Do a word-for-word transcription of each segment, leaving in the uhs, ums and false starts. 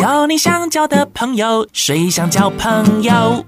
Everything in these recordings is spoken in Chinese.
交你想交的朋友，谁想交朋友？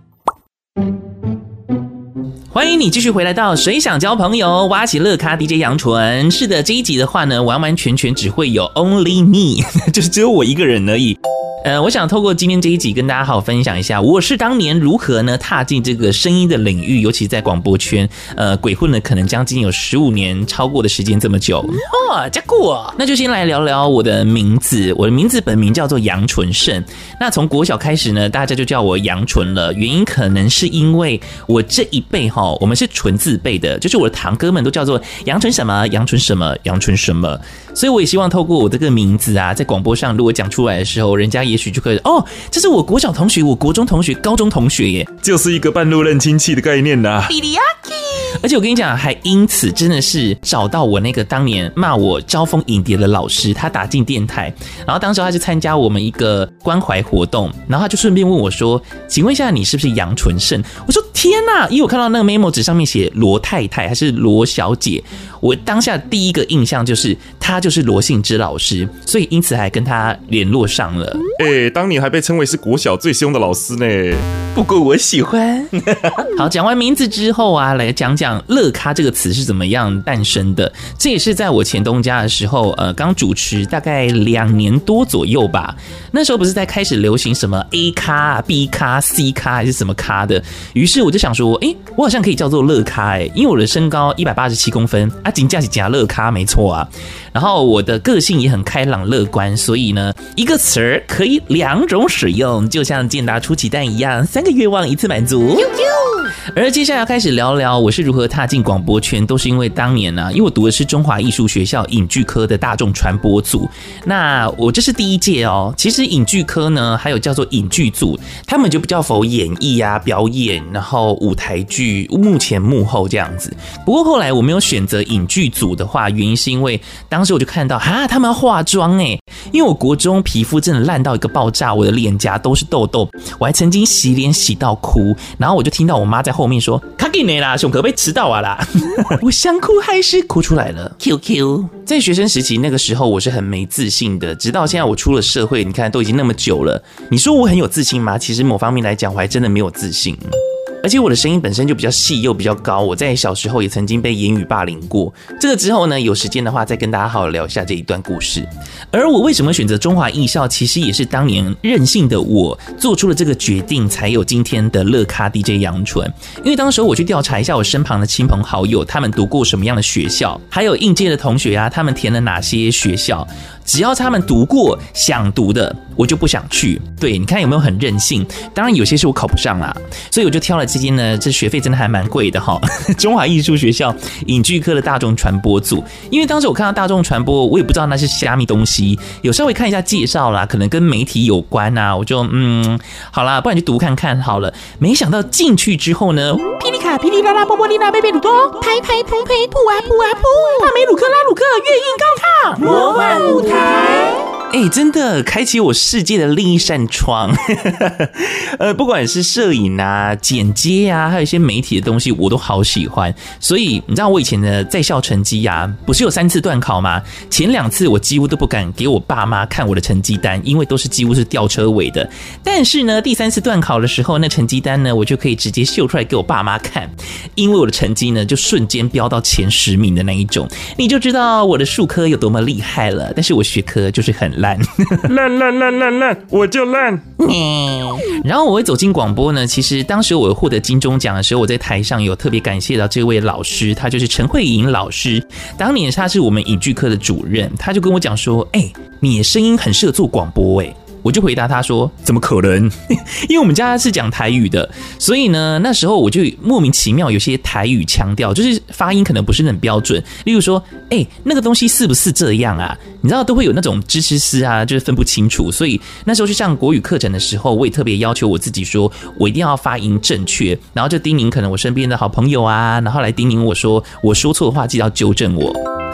欢迎你继续回来到谁想交朋友，挖起乐咖 D J 杨纯。是的，这一集的话呢，完完全全只会有 Only Me， 就是只有我一个人而已。呃，我想透过今天这一集跟大家好好分享一下，我是当年如何呢踏进这个声音的领域，尤其在广播圈，呃，鬼混了可能将近有十五年，超过的时间这么久。哦，加酷哦！那就先来聊聊我的名字，我的名字本名叫做杨纯胜。那从国小开始呢，大家就叫我杨纯了，原因可能是因为我这一辈哈，我们是纯字辈的，就是我的堂哥们都叫做杨纯什么、杨纯什么、杨纯什么，所以我也希望透过我这个名字啊，在广播上如果讲出来的时候，人家也许就可以哦，这是我国小同学、我国中同学、高中同学耶， 就是一个半路认亲戚的概念啦。 而且我跟你讲，还因此真的是找到我那个当年骂我招蜂引蝶的老师，他打进电台，然后当时他就参加我们一个关怀活动，然后他就顺便问我说：“请问一下，你是不是杨纯胜？”我说：“天哪！”因为我看到那个 memo 纸上面写罗太太还是罗小姐，我当下第一个印象就是他就是罗信之老师，所以因此还跟他联络上了。 哎、欸，当年还被称为是国小最凶的老师呢。 不过我喜欢。好，讲完名字之后啊，来讲讲乐咖这个词是怎么样诞生的。这也是在我前东家的时候，呃，刚主持大概两年多左右吧。那时候不是在开始流行什么 A 咖、B 咖、C 咖还是什么咖的，于是我就想说，哎、欸，我好像可以叫做乐咖哎、欸，因为我的身高一百八十七公分啊，真的是假乐咖没错啊。然后我的个性也很开朗乐观，所以呢，一个词儿可以两种使用，就像健达出奇蛋一样，三个愿望一次满足。而接下来要开始聊聊我是如何踏进广播圈，都是因为当年啊，因为我读的是中华艺术学校影剧科的大众传播组，那我这是第一届哦。其实影剧科呢，还有叫做影剧组，他们就比较否演艺啊、表演，然后舞台剧幕前幕后这样子。不过后来我没有选择影剧组的话，原因是因为当时我就看到哈，他们要化妆哎，因为我国中皮肤真的烂到一个爆炸，我的脸颊都是痘痘，我还曾经洗脸洗到哭，然后我就听到我妈在后面说：“卡紧你啦，熊可被迟到啊啦！”我想哭还是哭出来了。Q Q， 在学生时期那个时候，我是很没自信的。直到现在，我出了社会，你看都已经那么久了，你说我很有自信吗？其实某方面来讲，我还真的没有自信。而且我的声音本身就比较细又比较高，我在小时候也曾经被言语霸凌过。这个之后呢，有时间的话再跟大家好好聊一下这一段故事。而我为什么选择中华艺校，其实也是当年任性的我做出了这个决定，才有今天的乐咖 D J 杨纯。因为当时我去调查一下我身旁的亲朋好友，他们读过什么样的学校，还有应届的同学啊，他们填了哪些学校。只要他们读过想读的，我就不想去。对，你看有没有很任性？当然有些是我考不上啦，所以我就挑了这间呢，这学费真的还蛮贵的哈。中华艺术学校影剧科的大众传播组，因为当时我看到大众传播，我也不知道那是虾米东西，有稍微看一下介绍啦，可能跟媒体有关啊，我就嗯，好啦，不然就读看看好了。没想到进去之后呢，霹雳卡、霹雳拉拉、波波丽娜、贝贝鲁多、拍拍砰砰、噗啊噗啊噗，帕梅鲁克拉鲁克、乐音高亢、魔幻舞台。哎、欸，真的开启我世界的另一扇窗。呃，不管是摄影啊、剪接啊，还有一些媒体的东西，我都好喜欢。所以你知道我以前的在校成绩啊，不是有三次段考吗？前两次我几乎都不敢给我爸妈看我的成绩单，因为都是几乎是吊车尾的。但是呢，第三次段考的时候，那成绩单呢，我就可以直接秀出来给我爸妈看，因为我的成绩呢，就瞬间飙到前十名的那一种，你就知道我的术科有多么厉害了。但是我学科就是很烂， 烂烂烂烂烂，我就烂。 然后我会走进广播呢，其实当时我获得金钟奖的时候，我在台上有特别感谢到这位老师，他就是陈慧莹老师。当年他是我们影剧科的主任，他就跟我讲说：“哎、欸，你的声音很适合做广播。”哎。我就回答他说：“怎么可能？因为我们家是讲台语的，所以呢，那时候我就莫名其妙有些台语腔调，就是发音可能不是很标准。例如说，哎、欸，那个东西是不是这样啊？你知道都会有那种支持师啊，就是分不清楚。所以那时候去上国语课程的时候，我也特别要求我自己说，我一定要发音正确，然后就叮咛可能我身边的好朋友啊，然后来叮咛我说，我说错的话记得要纠正我。”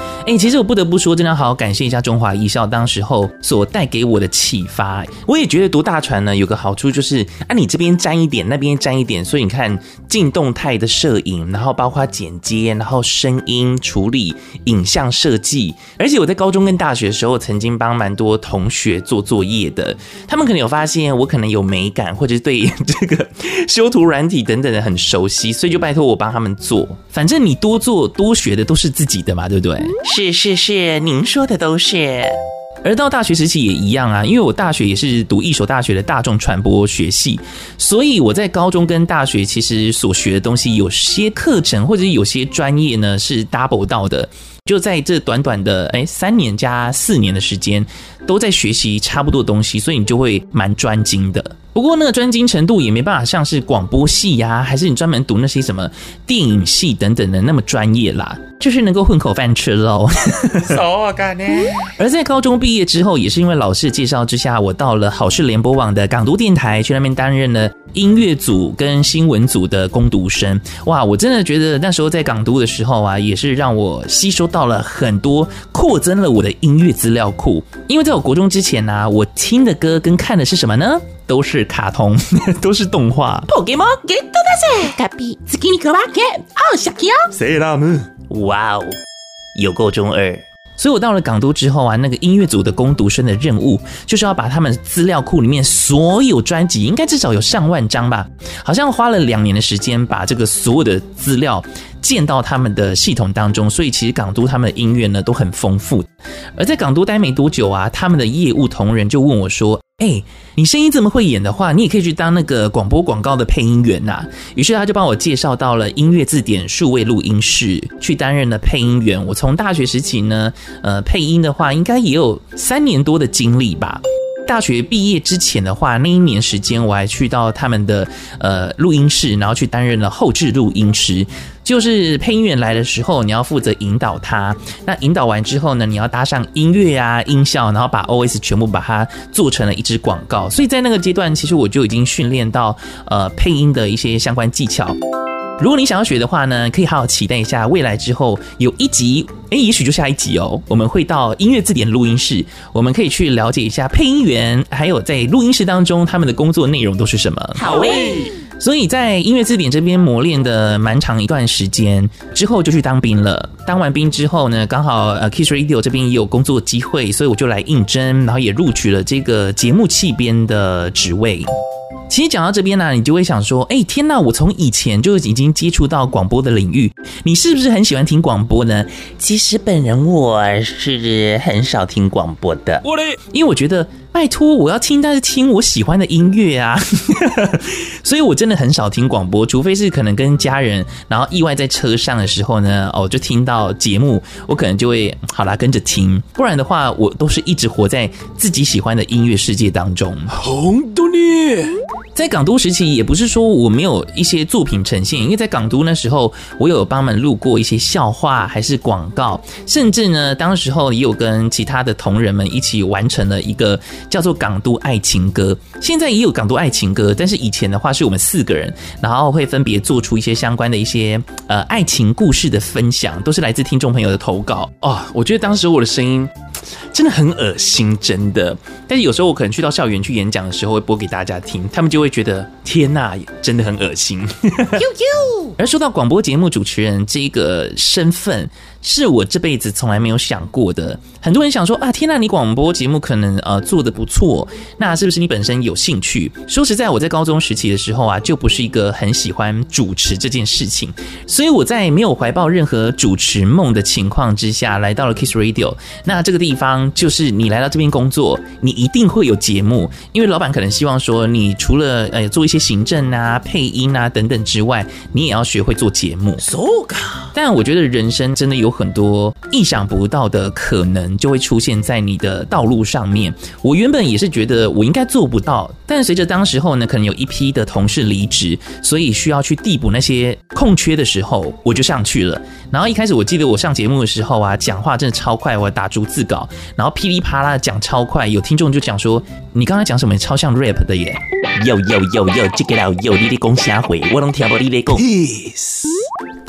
哎、欸，其实我不得不说，真的好好感谢一下中华艺校当时候所带给我的启发。我也觉得读大传呢有个好处就是啊，你这边沾一点，那边沾一点，所以你看静动态的摄影，然后包括剪接，然后声音处理、影像设计。而且我在高中跟大学的时候，曾经帮蛮多同学做作业的，他们可能有发现我可能有美感，或者是对这个修图软体等等的很熟悉，所以就拜托我帮他们做。反正你多做多学的都是自己的嘛，对不对？是是是，您说的都是。而到大学时期也一样啊，因为我大学也是读一所大学的大众传播学系，所以我在高中跟大学其实所学的东西，有些课程或者有些专业呢是 double 到的。就在这短短的哎三年加四年的时间，都在学习差不多的东西，所以你就会蛮专精的。不过那个专精程度也没办法像是广播系呀、啊，还是你专门读那些什么电影系等等的那么专业啦，就是能够混口饭吃喽。而在高中毕业之后，也是因为老师介绍之下，我到了好事联播网的港都电台，去那边担任了音乐组跟新闻组的工读生。哇，我真的觉得那时候在港都的时候啊，也是让我吸收到了很多，扩增了我的音乐资料庫。因为在我国中之前啊，我听的歌跟看的是什么呢？都是卡通，都是动画。Pokemon Get だぜ。カピ好きにくわけ。好シャキよ。 セーラームーン。 哇哦，有够中二。所以我到了港都之后啊，那个音乐组的工读生的任务就是要把他们资料库里面所有专辑，应该至少有上万张吧，好像花了两年的时间把这个所有的资料建到他们的系统当中。所以其实港都他们的音乐呢都很丰富。而在港都待没多久啊，他们的业务同仁就问我说，哎、欸，你声音这么会演的话，你也可以去当那个广播广告的配音员呐、啊。于是他就帮我介绍到了音乐字典数位录音室，去担任了配音员。我从大学时期呢，呃，配音的话应该也有三年多的经历吧。大学毕业之前的话，那一年时间我还去到他们的呃录音室，然后去担任了后制录音师。就是配音员来的时候，你要负责引导他。那引导完之后呢，你要搭上音乐啊、音效，然后把 O S 全部把它做成了一支广告。所以在那个阶段，其实我就已经训练到呃配音的一些相关技巧。如果你想要学的话呢，可以好好期待一下未来之后有一集，哎，也许就下一集哦。我们会到音乐字典录音室，我们可以去了解一下配音员，还有在录音室当中他们的工作内容都是什么。好诶。所以在音乐字典这边磨练的蛮长一段时间之后，就去当兵了。当完兵之后呢，刚好呃 Kiss Radio 这边也有工作机会，所以我就来应征，然后也录取了这个节目器编的职位。其实讲到这边呢、啊，你就会想说，哎、欸，天哪！我从以前就已经接触到广播的领域，你是不是很喜欢听广播呢？其实本人我是很少听广播的，我嘞，因为我觉得，拜托，我要听，但是听我喜欢的音乐啊，所以我真的很少听广播，除非是可能跟家人，然后意外在车上的时候呢，哦，就听到节目，我可能就会好啦跟着听，不然的话，我都是一直活在自己喜欢的音乐世界当中。红豆呢？在港都时期，也不是说我没有一些作品呈现，因为在港都那时候，我有帮们录过一些笑话，还是广告，甚至呢，当时候也有跟其他的同仁们一起完成了一个叫做港都爱情歌。现在也有港都爱情歌，但是以前的话是我们四个人，然后会分别做出一些相关的一些呃爱情故事的分享，都是来自听众朋友的投稿。哦，我觉得当时我的声音真的很恶心，真的。但是有时候我可能去到校园去演讲的时候，会播给大家听，他们就会觉得天哪，真的很恶心。而说到广播节目主持人这个身份，是我这辈子从来没有想过的。很多人想说啊，天哪，你广播节目可能呃做得不错，那是不是你本身有兴趣？说实在，我在高中时期的时候啊，就不是一个很喜欢主持这件事情，所以我在没有怀抱任何主持梦的情况之下，来到了 Kiss Radio。那这个地方就是你来到这边工作，你一定会有节目，因为老板可能希望说，你除了呃做一些行政啊、配音啊等等之外，你也要学会做节目。但我觉得人生真的有很多意想不到的可能就会出现在你的道路上面。我原本也是觉得我应该做不到，但随着当时候呢，可能有一批的同事离职，所以需要去递补那些空缺的时候，我就上去了。然后一开始我记得我上节目的时候啊，讲话真的超快，我打逐字稿，然后噼里啪啦讲超快，有听众就讲说，你刚才讲什么超像 rap 的耶。yo yo yo yo check it out yo 你在讲啥话，我都听不你在讲。但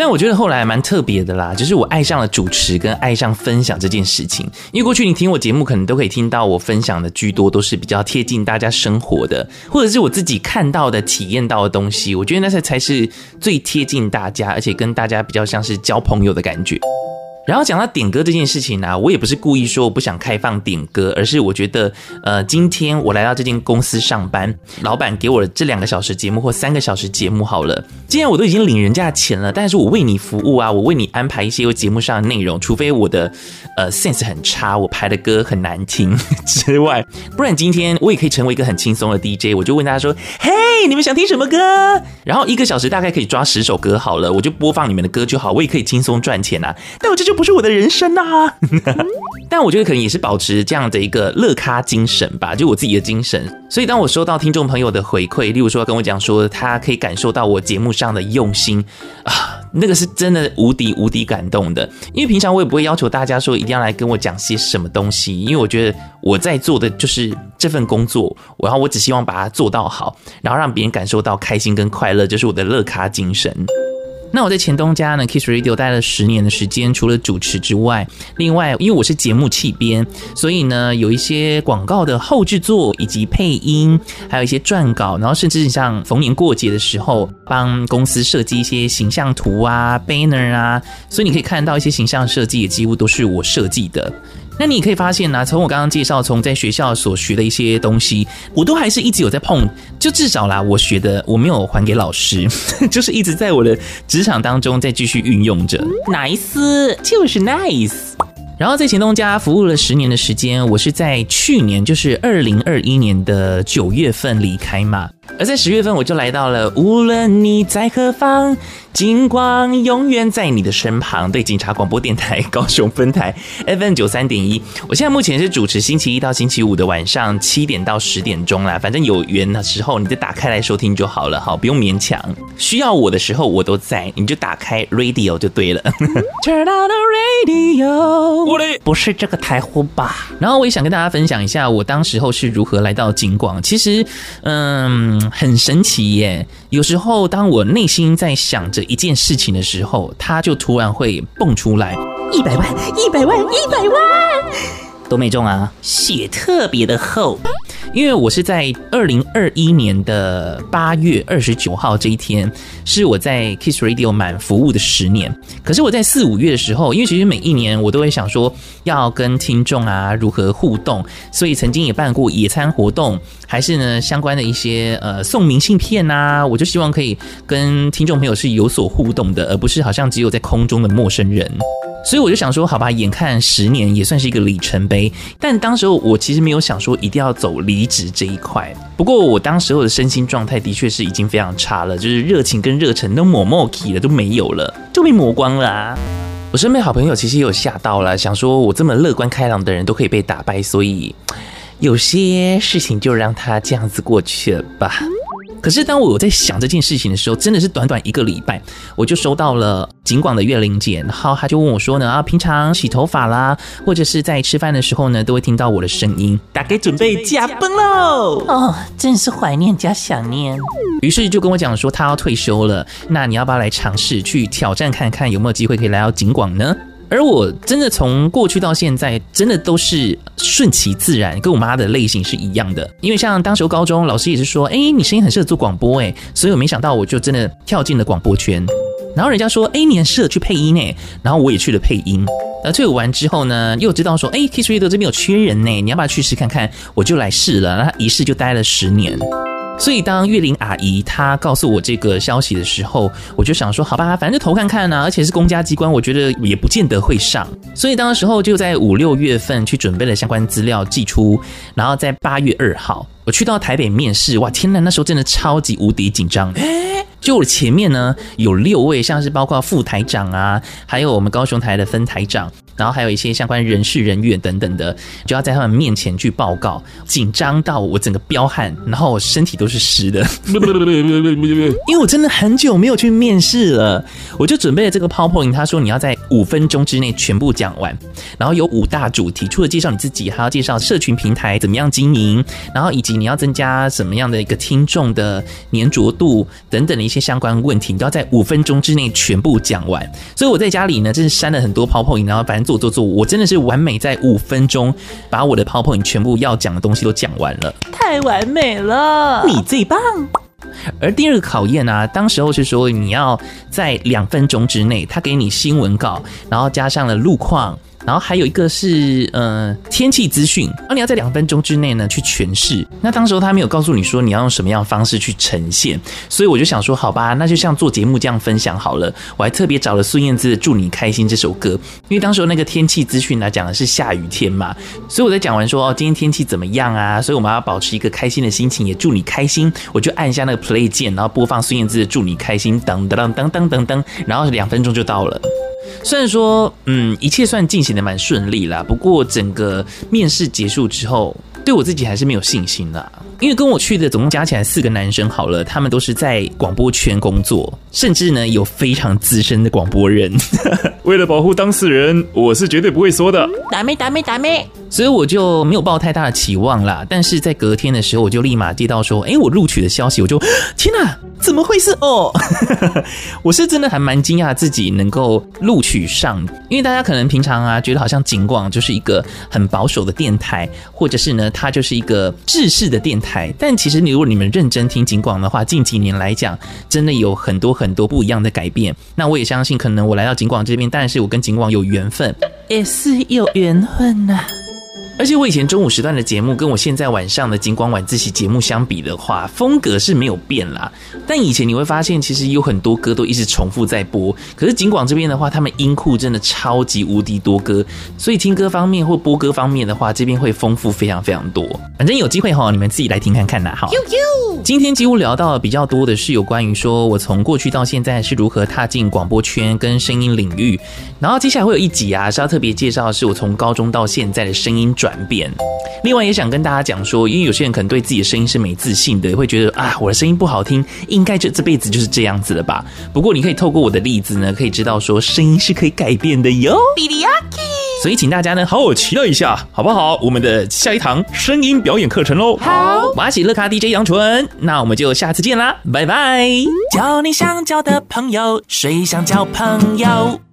但我觉得后来蛮特别的啦，就是我爱上了主持跟爱上分享这件事情。因为过去你听我节目可能都可以听到我分享的居多都是比较贴近大家生活的，或者是我自己看到的体验到的东西，我觉得那才才是最贴近大家，而且跟大家比较像是交朋友的感觉。然后讲到点歌这件事情啊，我也不是故意说我不想开放点歌，而是我觉得呃，今天我来到这间公司上班，老板给我这两个小时节目或三个小时节目好了，既然我都已经领人家的钱了，但是我为你服务啊，我为你安排一些节目上的内容，除非我的呃 sense 很差，我排的歌很难听之外，不然今天我也可以成为一个很轻松的 D J， 我就问大家说，嘿，你们想听什么歌？然后一个小时大概可以抓十首歌好了，我就播放你们的歌就好，我也可以轻松赚钱啊。但我这就不是我的人生啊但我觉得可能也是保持这样的一个乐咖精神吧，就我自己的精神。所以当我收到听众朋友的回馈，例如说跟我讲说他可以感受到我节目上的用心啊，那个是真的无敌无敌感动的。因为平常我也不会要求大家说一定要来跟我讲些什么东西，因为我觉得我在做的就是这份工作，然后我只希望把它做到好，然后让别人感受到开心跟快乐，就是我的乐咖精神。那我在前东家呢 Kiss Radio 待了十年的时间，除了主持之外，另外因为我是节目企编，所以呢有一些广告的后制作以及配音，还有一些撰稿，然后甚至像逢年过节的时候帮公司设计一些形象图啊 banner 啊，所以你可以看到一些形象设计也几乎都是我设计的。那你也可以发现啊，从我刚刚介绍从在学校所学的一些东西，我都还是一直有在碰，就至少啦我学的我没有还给老师就是一直在我的职场当中再继续运用着。 Nice 就是 nice。然后在前东家服务了十年的时间，我是在去年就是二零二一年的九月份离开嘛，而在十月份我就来到了无论你在何方，金光永远在你的身旁，对，警察广播电台高雄分台 F M 九十三点一。我现在目前是主持星期一到星期五的晚上七点到十点钟啦，反正有缘的时候你就打开来收听就好了，好，不用勉强。需要我的时候我都在，你就打开 radio 就对了Turn on the radio， 不是这个台呼吧。然后我也想跟大家分享一下我当时候是如何来到警广。其实嗯，很神奇耶，有时候当我内心在想着一件事情的时候，它就突然会蹦出来，一百万一百万一百万都没中啊，血特别的厚。因为我是在二零二一年的八月二十九号这一天，是我在 Kiss Radio 满服务的十年。可是我在四五月的时候，因为其实每一年我都会想说要跟听众啊如何互动，所以曾经也办过野餐活动，还是呢相关的一些呃送明信片啊，我就希望可以跟听众朋友是有所互动的，而不是好像只有在空中的陌生人。所以我就想说好吧，眼看十年也算是一个里程碑，但当时候我其实没有想说一定要走离职这一块。不过我当时候的身心状态的确是已经非常差了，就是热情跟热忱都抹抹起了，都没有了，就被抹光了啊。我身边好朋友其实也有吓到了，想说我这么乐观开朗的人都可以被打败，所以有些事情就让它这样子过去了吧。可是当我在想这件事情的时候，真的是短短一个礼拜，我就收到了警广的月玲姐，然后她就问我说呢，啊，平常洗头发啦，或者是在吃饭的时候呢，都会听到我的声音，大概准备驾崩喽。哦，真是怀念加想念。于是就跟我讲说，她要退休了，那你要不要来尝试去挑战看看，有没有机会可以来到警广呢？而我真的从过去到现在，真的都是顺其自然，跟我妈的类型是一样的。因为像当时高中老师也是说，哎，你声音很适合做广播，哎，所以我没想到我就真的跳进了广播圈。然后人家说，哎，你很适合去配音哎，然后我也去了配音。而退伍完之后呢，又知道说，哎 ，Kiss Radio 这边有缺人呢，你要不要去试看看？我就来试了，然后一试就待了十年。所以当月玲阿姨她告诉我这个消息的时候，我就想说好吧，反正就投看看啊，而且是公家机关，我觉得也不见得会上。所以当时候就在五六月份去准备了相关资料寄出，然后在八月二号我去到台北面试，哇天哪，那时候真的超级无敌紧张。就我前面呢有六位，像是包括副台长啊，还有我们高雄台的分台长， 然后还有一些相关人事人员等等的，就要在他们面前去报告，紧张到我整个飙汗，然后我身体都是湿的，因为我真的很久没有去面试了。我就准备了这个 PowerPoint， 他说你要在五分钟之内全部讲完，然后有五大主题，除了介绍你自己，还要介绍社群平台怎么样经营，然后以及你要增加什么样的一个听众的黏着度等等的一些相关问题，你都要在五分钟之内全部讲完。所以我在家里呢，真是删了很多 PowerPoint， 然后反正做做做，我真的是完美在五分钟把我的 PowerPoint 全部要讲的东西都讲完了， 太完美了， 你最棒。而第二个考验啊，当时候是说你要在两分钟之内，他给你新闻稿，然后加上了路况，然后还有一个是呃天气资讯，然后你要在两分钟之内呢去诠释。那当时候他没有告诉你说你要用什么样的方式去呈现，所以我就想说好吧，那就像做节目这样分享好了。我还特别找了孙燕姿的《祝你开心》这首歌，因为当时候那个天气资讯呢讲的是下雨天嘛，所以我在讲完说哦今天天气怎么样啊，所以我们要保持一个开心的心情，也祝你开心。我就按下那个 play 键，然后播放孙燕姿的《祝你开心》，噔噔噔噔噔噔，然后两分钟就到了。虽然说，嗯，一切算进行的蛮顺利啦，不过整个面试结束之后，对我自己还是没有信心啦。因为跟我去的总共加起来四个男生好了，他们都是在广播圈工作，甚至呢有非常资深的广播人。 为了保护当事人，我是绝对不会说的。 打妹打妹打妹， 所以我就没有抱太大的期望啦。但是在隔天的时候，我就立马接到说，哎，我录取的消息，我就天哪，怎么会是哦？我是真的还蛮惊讶自己能够录取上，因为大家可能平常啊觉得好像警广就是一个很保守的电台，或者是呢它就是一个制式的电台。但其实如果你们认真听警广的话，近几年来讲，真的有很多很多不一样的改变。那我也相信，可能我来到警广这边，当然是我跟警广有缘分， 也是有缘分呐、啊。 而且我以前中午时段的节目跟我现在晚上的警广晚自习节目相比的话，风格是没有变啦。但以前你会发现其实有很多歌都一直重复在播，可是警广这边的话，他们音库真的超级无敌多歌，所以听歌方面或播歌方面的话，这边会丰富非常非常多。反正有机会齁，你们自己来听看看啦。好，今天几乎聊到的比较多的是有关于说我从过去到现在是如何踏进广播圈跟声音领域，然后接下来会有一集啊是要特别介绍的是我从高中到现在的声音转变。另外也想跟大家讲说，因为有些人可能对自己的声音是没自信的，会觉得啊我的声音不好听，应该这这辈子就是这样子了吧。不过你可以透过我的例子呢，可以知道说声音是可以改变的哟。所以请大家呢好好期待一下，好不好？我们的下一堂声音表演课程咯。 好， 我是乐咖 D J 杨纯，那我们就下次见啦，拜拜。 交你想交的朋友，谁想交朋友？